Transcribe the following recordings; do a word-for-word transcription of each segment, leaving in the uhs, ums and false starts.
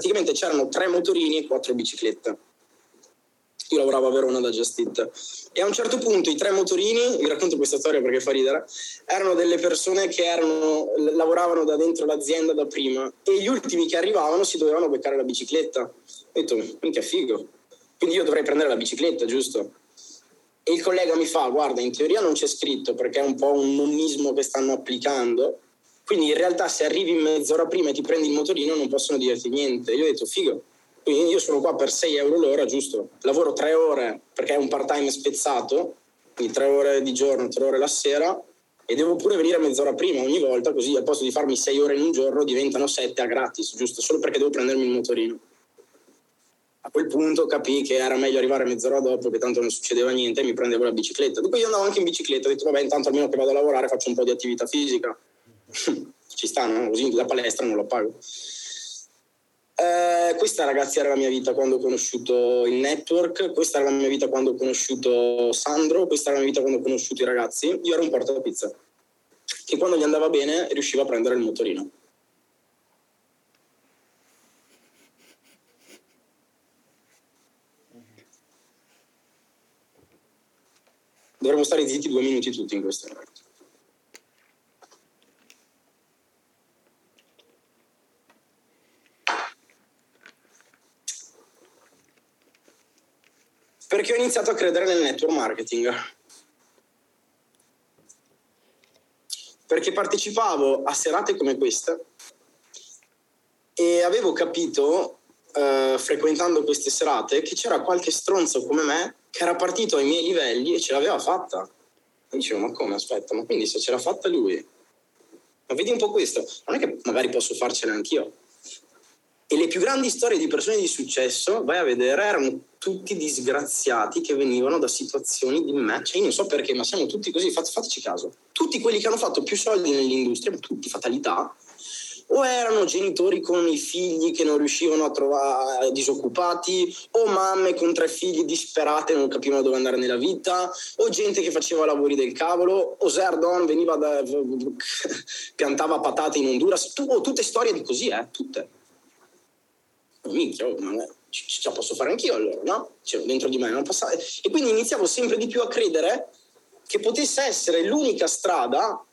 praticamente c'erano tre motorini e quattro biciclette. Io lavoravo a Verona da Just Eat e a un certo punto i tre motorini, vi racconto questa storia perché fa ridere, erano delle persone che erano, lavoravano da dentro l'azienda da prima e gli ultimi che arrivavano si dovevano beccare la bicicletta. Ho detto, minchia figo, quindi io dovrei prendere la bicicletta, giusto? E il collega mi fa, guarda, in teoria non c'è scritto perché è un po' un nonnismo che stanno applicando, quindi in realtà se arrivi mezz'ora prima e ti prendi il motorino non possono dirti niente. Io ho detto, figo. Quindi io sono qua per sei euro l'ora, giusto? Lavoro tre ore perché è un part-time spezzato, quindi tre ore di giorno, tre ore la sera, e devo pure venire mezz'ora prima ogni volta, così al posto di farmi sei ore in un giorno diventano sette a gratis, giusto? Solo perché devo prendermi il motorino. A quel punto capii che era meglio arrivare mezz'ora dopo, che tanto non succedeva niente, e mi prendevo la bicicletta. Dopo io andavo anche in bicicletta, ho detto vabbè, intanto almeno che vado a lavorare faccio un po' di attività fisica. Ci sta, no? Così la palestra non la pago. Eh, questa ragazzi era la mia vita quando ho conosciuto il network, questa era la mia vita quando ho conosciuto Sandro, questa era la mia vita quando ho conosciuto i ragazzi. Io ero un portapizza che quando gli andava bene riusciva a prendere il motorino. Dovremmo stare zitti due minuti tutti in questo momento. Perché ho iniziato a credere nel network marketing. Perché partecipavo a serate come questa e avevo capito, eh, frequentando queste serate, che c'era qualche stronzo come me che era partito ai miei livelli e ce l'aveva fatta. E dicevo, ma come, aspetta, ma quindi se ce l'ha fatta lui? Ma vedi un po' questo, non è che magari posso farcela anch'io. E le più grandi storie di persone di successo, vai a vedere, erano tutti disgraziati che venivano da situazioni di me. Cioè io non so perché, ma siamo tutti così, fate, fateci caso. Tutti quelli che hanno fatto più soldi nell'industria, ma tutti fatalità, o erano genitori con i figli che non riuscivano a trovare, disoccupati, o mamme con tre figli disperate e non capivano dove andare nella vita, o gente che faceva lavori del cavolo, o Zerdon veniva da, piantava patate in Honduras, tu, oh, tutte storie di così, eh, tutte. Minchia, oh, ma ce la posso fare anch'io allora, no? Cioè, dentro di me non passava. E quindi iniziavo sempre di più a credere che potesse essere l'unica strada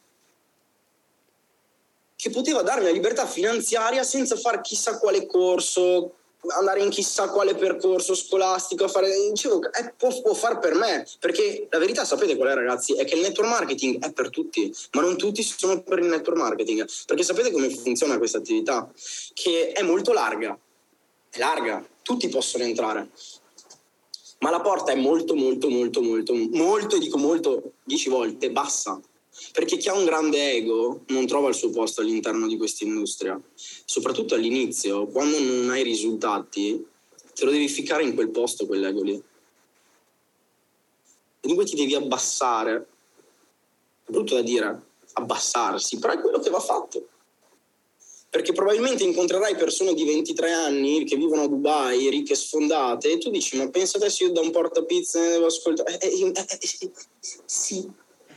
che poteva darmi la libertà finanziaria senza fare chissà quale corso, andare in chissà quale percorso scolastico, a fare, dicevo, eh, può, può far per me, perché la verità, sapete qual è, ragazzi, è che il network marketing è per tutti, ma non tutti sono per il network marketing, perché sapete come funziona questa attività? Che è molto larga. È larga, tutti possono entrare, ma la porta è molto molto molto molto molto, e dico molto dieci volte, bassa, perché chi ha un grande ego non trova il suo posto all'interno di questa industria, soprattutto all'inizio, quando non hai risultati te lo devi ficcare in quel posto, quell'ego lì, e dunque ti devi abbassare. È brutto da dire, abbassarsi, però è quello che va fatto. Perché probabilmente incontrerai persone di ventitré anni che vivono a Dubai, ricche sfondate, e tu dici, ma pensa adesso io da un portapizza ne devo ascoltare? Eh, eh, eh, eh, sì.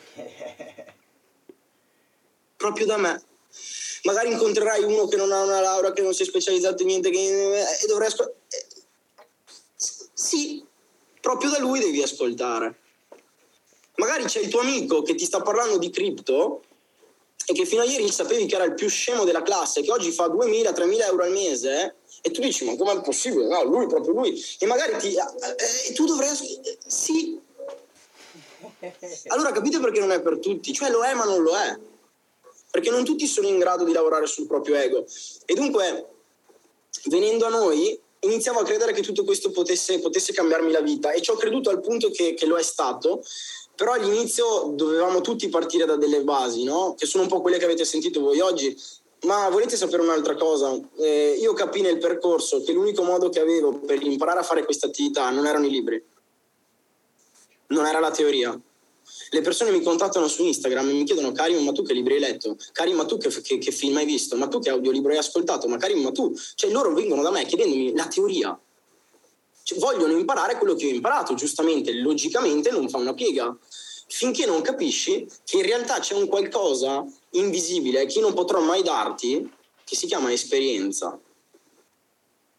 Proprio da me. Magari incontrerai uno che non ha una laurea, che non si è specializzato in niente, che eh, dovrai ascoltare. Eh, sì, proprio da lui devi ascoltare. Magari c'è il tuo amico che ti sta parlando di cripto e che fino a ieri sapevi che era il più scemo della classe, che oggi fa duemila tremila euro al mese, e tu dici, ma com'è possibile? No, lui, proprio lui. E magari ti... Eh, tu dovrai... Sì. Allora capite perché non è per tutti? Cioè lo è, ma non lo è. Perché non tutti sono in grado di lavorare sul proprio ego. E dunque, venendo a noi, iniziavo a credere che tutto questo potesse, potesse cambiarmi la vita, e ci ho creduto al punto che, che lo è stato. Però all'inizio dovevamo tutti partire da delle basi, no? Che sono un po' quelle che avete sentito voi oggi. Ma volete sapere un'altra cosa? Eh, io capii nel percorso che l'unico modo che avevo per imparare a fare questa attività non erano i libri, non era la teoria. Le persone mi contattano su Instagram e mi chiedono, Karim, ma tu che libri hai letto? Karim, ma tu che, che, che film hai visto? Ma tu che audiolibro hai ascoltato? Ma Karim, ma tu? Cioè loro vengono da me chiedendomi la teoria. Cioè, vogliono imparare quello che ho imparato, giustamente, logicamente non fa una piega, finché non capisci che in realtà c'è un qualcosa invisibile che io non potrò mai darti, che si chiama esperienza.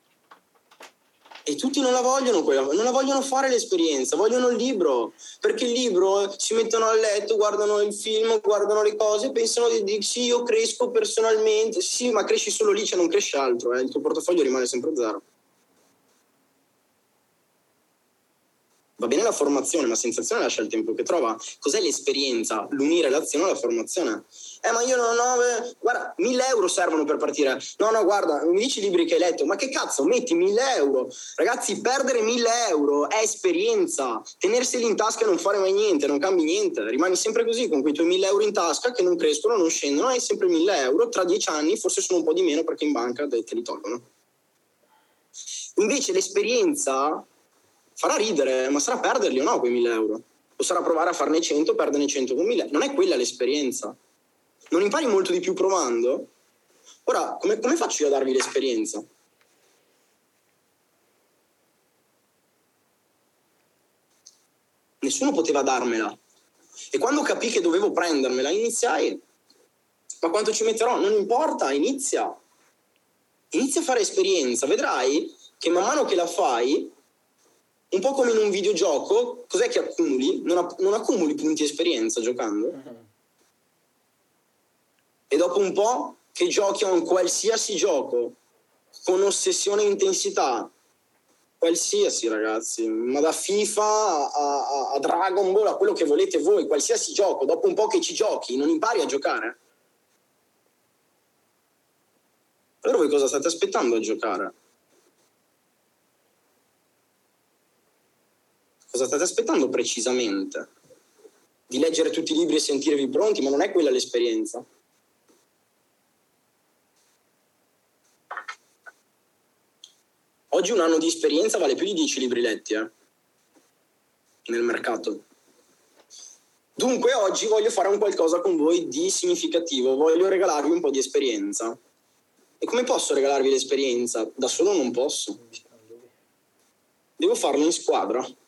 E tutti non la vogliono, quella, non la vogliono fare l'esperienza, vogliono il libro, perché il libro si mettono a letto, guardano il film, guardano le cose e pensano di, di sì, io cresco personalmente, sì, ma cresci solo lì, cioè non cresce altro, eh, il tuo portafoglio rimane sempre zero. Va bene la formazione, ma senza azione lascia il tempo che trova. Cos'è l'esperienza? L'unire l'azione alla formazione. Eh, ma io non ho... Guarda, mille euro servono per partire. No, no, guarda, mi dici i libri che hai letto. Ma che cazzo, metti mille euro. Ragazzi, perdere mille euro è esperienza. Tenerseli in tasca e non fare mai niente, non cambi niente. Rimani sempre così, con quei tuoi mille euro in tasca che non crescono, non scendono, hai sempre mille euro. Tra dieci anni forse sono un po' di meno perché in banca te li tolgono. Invece l'esperienza... farà ridere, ma sarà perderli o no quei mille euro? O sarà provare a farne cento, perderne cento con mille? Non è quella l'esperienza. Non impari molto di più provando? Ora, come, come faccio io a darvi l'esperienza? Nessuno poteva darmela. E quando capì che dovevo prendermela, iniziai. Ma quanto ci metterò? Non importa, inizia. Inizia a fare esperienza. Vedrai che man mano che la fai... un po' come in un videogioco, cos'è che accumuli? Non, app- non accumuli punti esperienza giocando. Uh-huh. E dopo un po' che giochi a un qualsiasi gioco, con ossessione e intensità, qualsiasi ragazzi, ma da FIFA a, a, a Dragon Ball, a quello che volete voi, qualsiasi gioco, dopo un po' che ci giochi, non impari a giocare? Allora voi cosa state aspettando a giocare? Cosa state aspettando precisamente? Di leggere tutti i libri e sentirvi pronti? Ma non è quella l'esperienza. Oggi un anno di esperienza vale più di dieci libri letti, eh? Nel mercato. Dunque oggi voglio fare un qualcosa con voi di significativo, voglio regalarvi un po' di esperienza. E come posso regalarvi l'esperienza? Da solo non posso. Devo farlo in squadra.